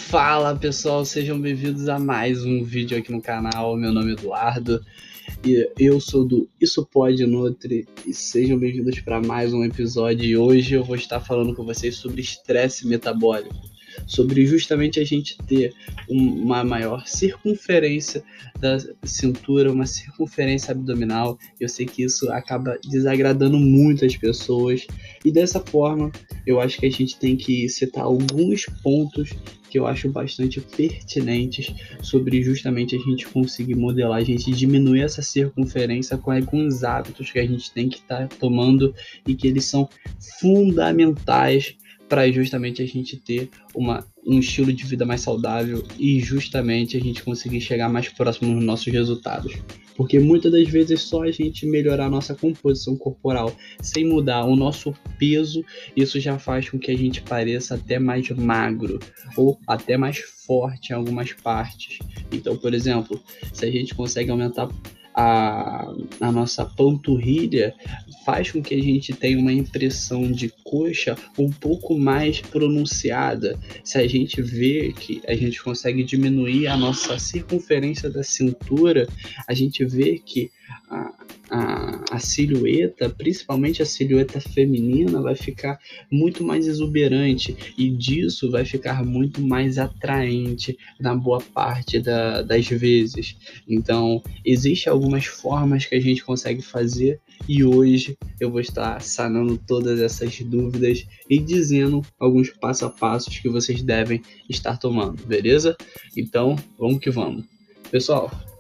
Fala pessoal, sejam bem-vindos a mais um vídeo aqui no canal. Meu nome é Eduardo e eu sou do Isso Pode Nutri e sejam bem-vindos para mais um episódio. E hoje eu vou estar falando com vocês sobre estresse metabólico, sobre justamente a gente ter uma maior circunferência da cintura, uma circunferência abdominal. Eu sei que isso acaba desagradando muitas pessoas e dessa forma eu acho que a gente tem que citar alguns pontos que eu acho bastante pertinentes sobre justamente a gente conseguir modelar, a gente diminuir essa circunferência com alguns hábitos que a gente tem que estar tomando e que eles são fundamentais para justamente a gente ter um estilo de vida mais saudável e justamente a gente conseguir chegar mais próximo nos nossos resultados. Porque muitas das vezes só a gente melhorar a nossa composição corporal sem mudar o nosso peso, isso já faz com que a gente pareça até mais magro ou até mais forte em algumas partes. Então, por exemplo, se a gente consegue aumentar a nossa panturrilha, faz com que a gente tenha uma impressão de coxa um pouco mais pronunciada. Se a gente vê que a gente consegue diminuir a nossa circunferência da cintura, a gente vê que a silhueta, principalmente a silhueta feminina, vai ficar muito mais exuberante e disso vai ficar muito mais atraente na boa parte das vezes. Então, existem algumas formas que a gente consegue fazer e hoje eu vou estar sanando todas essas dúvidas e dizendo alguns passo a passos que vocês devem estar tomando, beleza? Então, vamos que vamos. Pessoal,